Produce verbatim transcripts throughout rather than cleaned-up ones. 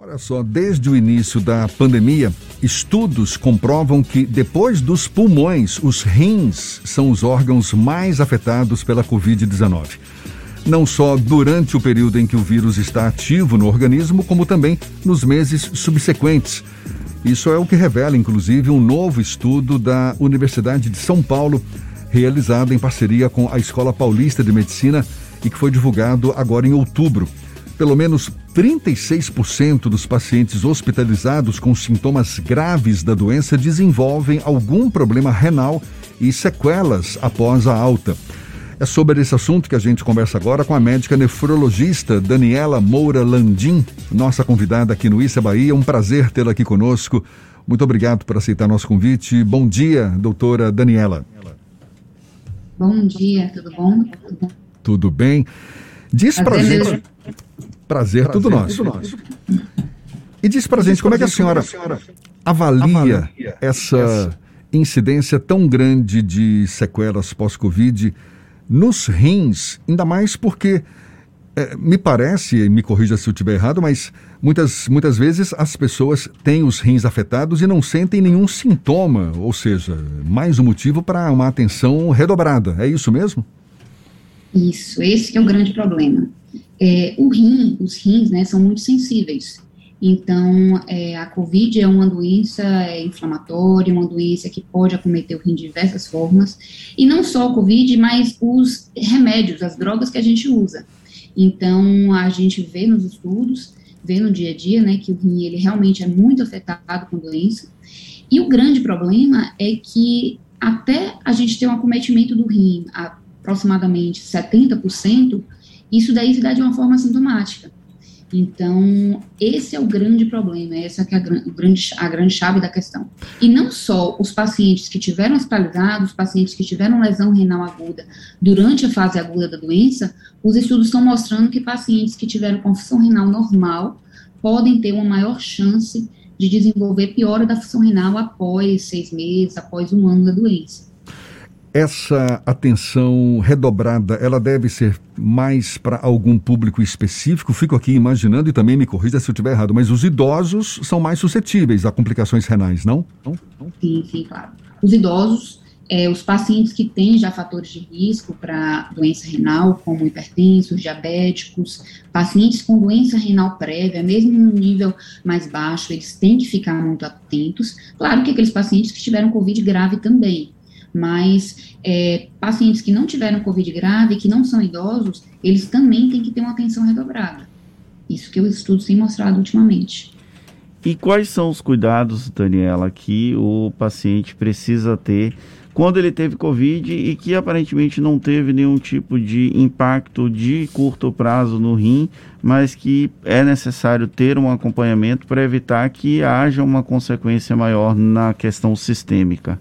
Olha só, desde o início da pandemia, estudos comprovam que depois dos pulmões, os rins são os órgãos mais afetados pela covid dezenove. Não só durante o período em que o vírus está ativo no organismo, como também nos meses subsequentes. Isso é o que revela, inclusive, um novo estudo da Universidade de São Paulo, realizado em parceria com a Escola Paulista de Medicina e que foi divulgado agora em outubro. Pelo menos trinta e seis por cento dos pacientes hospitalizados com sintomas graves da doença desenvolvem algum problema renal e sequelas após a alta. É sobre esse assunto que a gente conversa agora com a médica nefrologista Daniela Moura Landim, nossa convidada aqui no Issa Bahia. Um prazer tê-la aqui conosco. Muito obrigado por aceitar nosso convite. Bom dia, doutora Daniela. Bom dia, tudo bom? Tudo bem. Diz pra gente... Prazer, Prazer tudo, nosso. tudo nosso. E diz pra diz gente, como é que a senhora, a senhora avalia, avalia essa, essa incidência tão grande de sequelas pós-Covid nos rins, ainda mais porque, é, me parece, me corrija se eu estiver errado, mas muitas, muitas vezes as pessoas têm os rins afetados e não sentem nenhum sintoma, ou seja, mais um motivo para uma atenção redobrada. É isso mesmo? Isso, esse que é o grande problema. É, o rim, os rins, né, são muito sensíveis. Então, é, a COVID é uma doença é, inflamatória, uma doença que pode acometer o rim de diversas formas. E não só a COVID, mas os remédios, as drogas que a gente usa. Então, a gente vê nos estudos, vê no dia a dia, né, que o rim, ele realmente é muito afetado com a doença. E o grande problema é que até a gente ter um acometimento do rim, aproximadamente setenta por cento, isso daí se dá de uma forma sintomática. Então, esse é o grande problema, essa que é a grande, a grande chave da questão. E não só os pacientes que tiveram hospitalizados, os pacientes que tiveram lesão renal aguda durante a fase aguda da doença, os estudos estão mostrando que pacientes que tiveram com função renal normal podem ter uma maior chance de desenvolver piora da função renal após seis meses, após um ano da doença. Essa atenção redobrada, ela deve ser mais para algum público específico? Fico aqui imaginando, e também me corrija se eu estiver errado, mas os idosos são mais suscetíveis a complicações renais, não? Sim, sim, claro. Os idosos, é, os pacientes que têm já fatores de risco para doença renal, como hipertensos, diabéticos, pacientes com doença renal prévia, mesmo no nível mais baixo, eles têm que ficar muito atentos. Claro que aqueles pacientes que tiveram COVID grave também. Mas é, pacientes que não tiveram COVID grave, que não são idosos, eles também têm que ter uma atenção redobrada. Isso que os estudos têm mostrado ultimamente. E quais são os cuidados, Daniela, que o paciente precisa ter quando ele teve COVID e que aparentemente não teve nenhum tipo de impacto de curto prazo no rim, mas que é necessário ter um acompanhamento para evitar que haja uma consequência maior na questão sistêmica?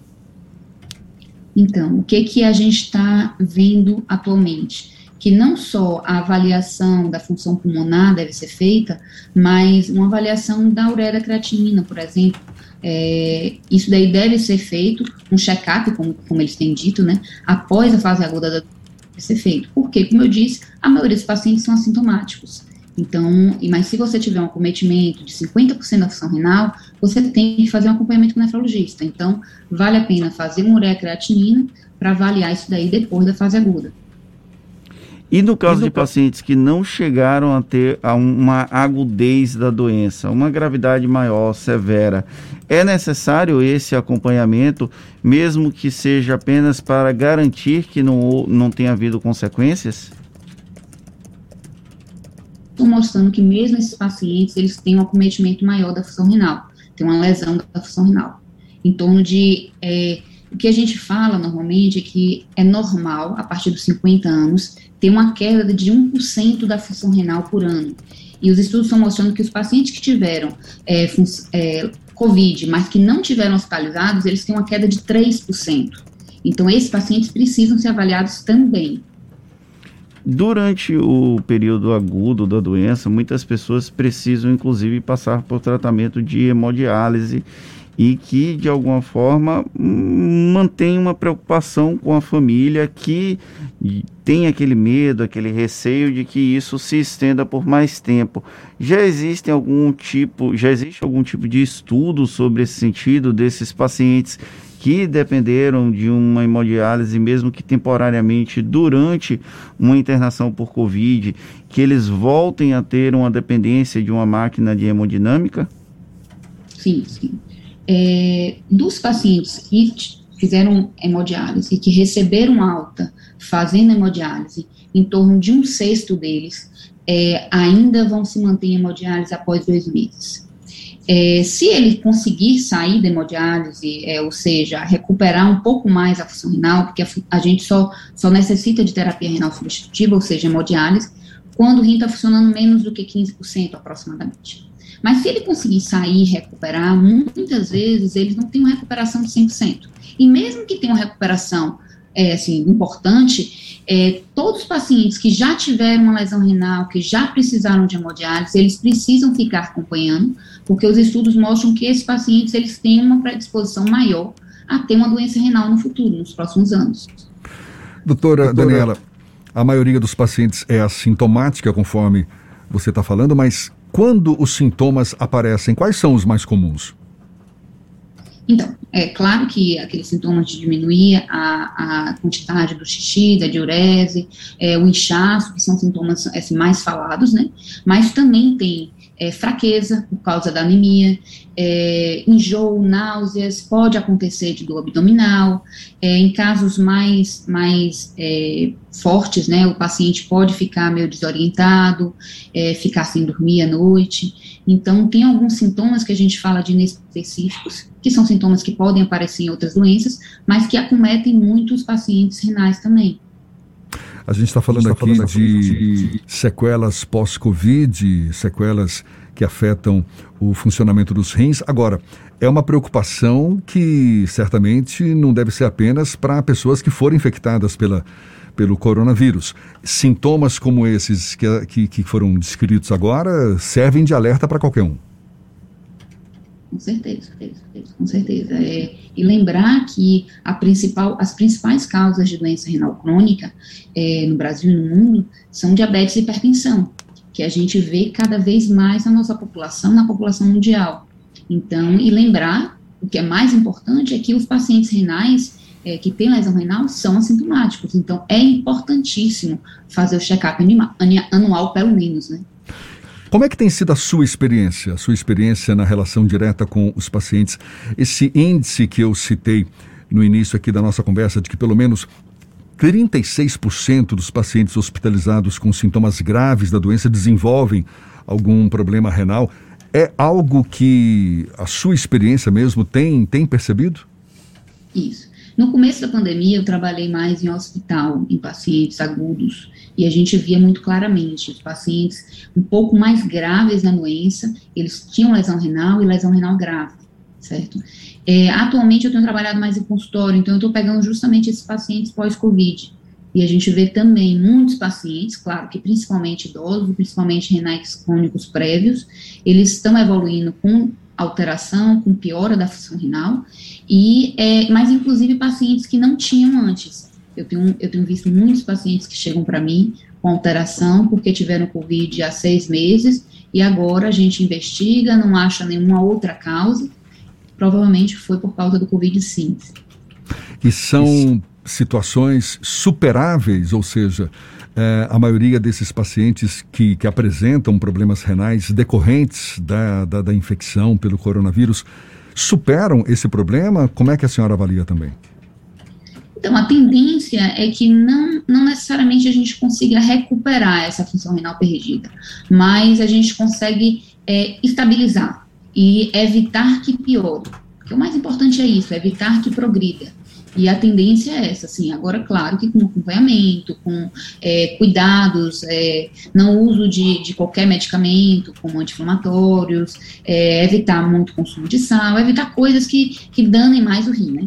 Então, o que, que a gente está vendo atualmente? Que não só a avaliação da função pulmonar deve ser feita, mas uma avaliação da ureia creatinina, por exemplo. É, isso daí deve ser feito, um check-up, como, como eles têm dito, né, após a fase aguda da doença deve ser feito. Porque, como eu disse, a maioria dos pacientes são assintomáticos. Então, mas se você tiver um acometimento de cinquenta por cento da função renal, você tem que fazer um acompanhamento com o nefrologista. Então, vale a pena fazer uma ureia creatinina para avaliar isso daí depois da fase aguda. E no caso e no de caso... pacientes que não chegaram a ter uma agudez da doença, uma gravidade maior, severa, é necessário esse acompanhamento, mesmo que seja apenas para garantir que não, não tenha havido consequências? Estou mostrando que mesmo esses pacientes, eles têm um acometimento maior da função renal, tem uma lesão da função renal, em torno de, é, o que a gente fala normalmente é que é normal, a partir dos cinquenta anos, ter uma queda de um por cento da função renal por ano, e os estudos estão mostrando que os pacientes que tiveram é, é, COVID, mas que não tiveram hospitalizados, eles têm uma queda de três por cento, então esses pacientes precisam ser avaliados também. Durante o período agudo da doença, muitas pessoas precisam, inclusive, passar por tratamento de hemodiálise e que, de alguma forma, mantém uma preocupação com a família, que tem aquele medo, aquele receio de que isso se estenda por mais tempo. Já existem algum tipo, já existe algum tipo de estudo sobre esse sentido desses pacientes que dependeram de uma hemodiálise, mesmo que temporariamente, durante uma internação por Covid, que eles voltem a ter uma dependência de uma máquina de hemodinâmica? Sim, sim. É, dos pacientes que fizeram hemodiálise e que receberam alta fazendo hemodiálise, em torno de um sexto deles é, ainda vão se manter em hemodiálise após dois meses. É, se ele conseguir sair da hemodiálise, é, ou seja, recuperar um pouco mais a função renal, porque a, a gente só, só necessita de terapia renal substitutiva, ou seja, hemodiálise, quando o rim está funcionando menos do que quinze por cento aproximadamente. Mas se ele conseguir sair e recuperar, muitas vezes eles não têm uma recuperação de cem por cento. E mesmo que tenha uma recuperação é, assim, importante, é, todos os pacientes que já tiveram uma lesão renal, que já precisaram de hemodiálise, eles precisam ficar acompanhando, porque os estudos mostram que esses pacientes eles têm uma predisposição maior a ter uma doença renal no futuro, nos próximos anos. Doutora, Doutora Daniela, a maioria dos pacientes é assintomática, conforme você está falando, mas quando os sintomas aparecem, quais são os mais comuns? Então, é claro que aqueles sintomas de diminuir a, a quantidade do xixi, da diurese, é, o inchaço, que são sintomas assim, mais falados, né? Mas também tem é, fraqueza por causa da anemia, é, enjoo, náuseas, pode acontecer de dor abdominal, é, em casos mais, mais é, fortes, né, o paciente pode ficar meio desorientado, é, ficar sem dormir à noite. Então, tem alguns sintomas que a gente fala de inespecíficos, que são sintomas que podem aparecer em outras doenças, mas que acometem muitos pacientes renais também. A gente está falando, tá falando aqui de, de sequelas pós-Covid, sequelas que afetam o funcionamento dos rins. Agora, é uma preocupação que certamente não deve ser apenas para pessoas que foram infectadas pela, pelo coronavírus. Sintomas como esses que, que, que foram descritos agora servem de alerta para qualquer um. Com certeza, com certeza, com certeza. É, e lembrar que a principal, as principais causas de doença renal crônica é, no Brasil e no mundo são diabetes e hipertensão, que a gente vê cada vez mais na nossa população, na população mundial. Então, e lembrar, o que é mais importante é que os pacientes renais é, que têm lesão renal são assintomáticos. Então, é importantíssimo fazer o check-up anual, pelo menos, né? Como é que tem sido a sua experiência, a sua experiência na relação direta com os pacientes? Esse índice que eu citei no início aqui da nossa conversa, de que pelo menos trinta e seis por cento dos pacientes hospitalizados com sintomas graves da doença desenvolvem algum problema renal, é algo que a sua experiência mesmo tem, tem percebido? Isso. No começo da pandemia, eu trabalhei mais em hospital, em pacientes agudos, e a gente via muito claramente os pacientes um pouco mais graves na doença, eles tinham lesão renal e lesão renal grave, certo? É, atualmente eu tenho trabalhado mais em consultório, então eu estou pegando justamente esses pacientes pós-Covid, e a gente vê também muitos pacientes, claro que principalmente idosos, principalmente renais crônicos prévios, eles estão evoluindo com alteração, com piora da função renal, e, é, mas inclusive pacientes que não tinham antes. Eu tenho, eu tenho visto muitos pacientes que chegam para mim com alteração porque tiveram Covid há seis meses e agora a gente investiga, não acha nenhuma outra causa, provavelmente foi por causa do Covid sim. E são Isso. situações superáveis, ou seja, é, a maioria desses pacientes que, que apresentam problemas renais decorrentes da, da, da infecção pelo coronavírus superam esse problema? Como é que a senhora avalia também? Então, a tendência é que não, não necessariamente a gente consiga recuperar essa função renal perdida, mas a gente consegue é, estabilizar e evitar que piore. Porque o mais importante é isso, é evitar que progrida. E a tendência é essa, assim, agora, claro que com acompanhamento, com é, cuidados, é, não uso de, de qualquer medicamento, como anti-inflamatórios, é, evitar muito consumo de sal, evitar coisas que, que danem mais o rim, né?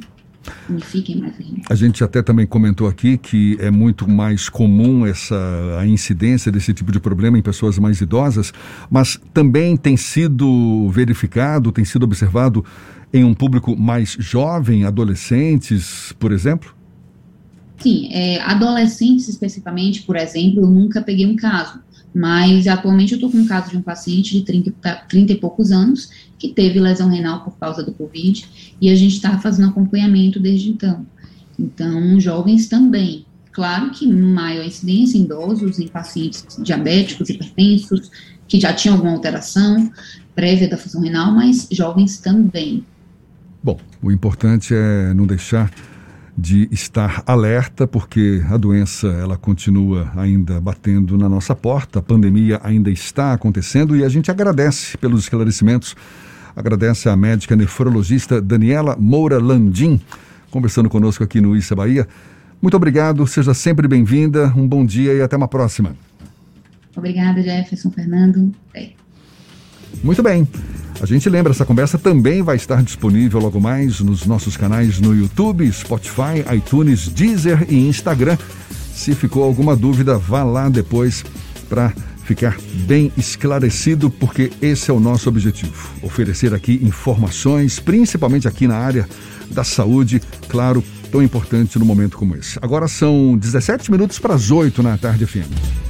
unifiquem mais a gente. A gente até também comentou aqui que é muito mais comum essa, a incidência desse tipo de problema em pessoas mais idosas, mas também tem sido verificado, tem sido observado em um público mais jovem, adolescentes, por exemplo? Sim, é, adolescentes especificamente, por exemplo, eu nunca peguei um caso, mas atualmente eu estou com um caso de um paciente de trinta, trinta e poucos anos que teve lesão renal por causa do Covid e a gente está fazendo acompanhamento desde então. Então, jovens também. Claro que maior incidência em idosos, em pacientes diabéticos, hipertensos, que já tinham alguma alteração prévia da função renal, mas jovens também. Bom, o importante é não deixar de estar alerta, porque a doença ela continua ainda batendo na nossa porta, a pandemia ainda está acontecendo e a gente agradece pelos esclarecimentos, agradece à médica nefrologista Daniela Moura Landim, conversando conosco aqui no Issa Bahia. Muito obrigado, seja sempre bem-vinda, um bom dia e até uma próxima. Obrigada, Jefferson, Fernando. É. Muito bem. A gente lembra, essa conversa também vai estar disponível logo mais nos nossos canais no YouTube, Spotify, iTunes, Deezer e Instagram. Se ficou alguma dúvida, vá lá depois para ficar bem esclarecido, porque esse é o nosso objetivo. Oferecer aqui informações, principalmente aqui na área da saúde, claro, tão importante no momento como esse. Agora são dezessete minutos para as oito na tarde F M.